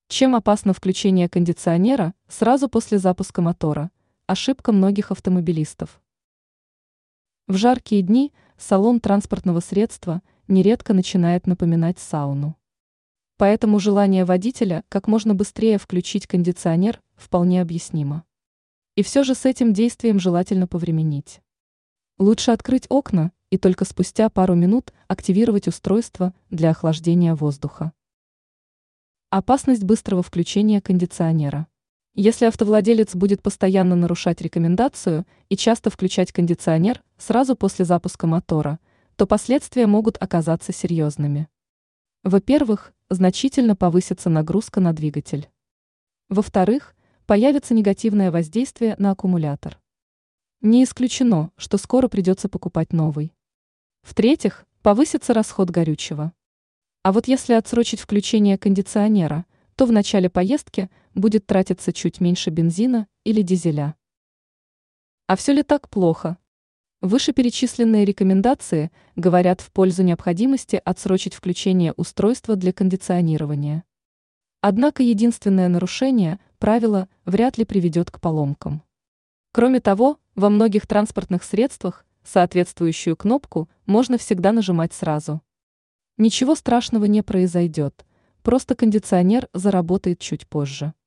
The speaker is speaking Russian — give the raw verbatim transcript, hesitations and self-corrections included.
Чем опасно включение кондиционера сразу после запуска мотора? Ошибка многих автомобилистов. В жаркие дни салон транспортного средства нередко начинает напоминать сауну. Поэтому желание водителя как можно быстрее включить кондиционер вполне объяснимо. И все же с этим действием желательно повременить. Лучше открыть окна и только спустя пару минут активировать устройство для охлаждения воздуха. Опасность быстрого включения кондиционера. Если автовладелец будет постоянно нарушать рекомендацию и часто включать кондиционер сразу после запуска мотора, то последствия могут оказаться серьезными. Во-первых, значительно повысится нагрузка на двигатель. Во-вторых, появится негативное воздействие на аккумулятор. Не исключено, что скоро придется покупать новый. В-третьих, повысится расход горючего. А вот если отсрочить включение кондиционера, то в начале поездки будет тратиться чуть меньше бензина или дизеля. А все ли так плохо? Вышеперечисленные рекомендации говорят в пользу необходимости отсрочить включение устройства для кондиционирования. Однако единственное нарушение правила вряд ли приведет к поломкам. Кроме того, во многих транспортных средствах соответствующую кнопку можно всегда нажимать сразу. Ничего страшного не произойдет, просто кондиционер заработает чуть позже.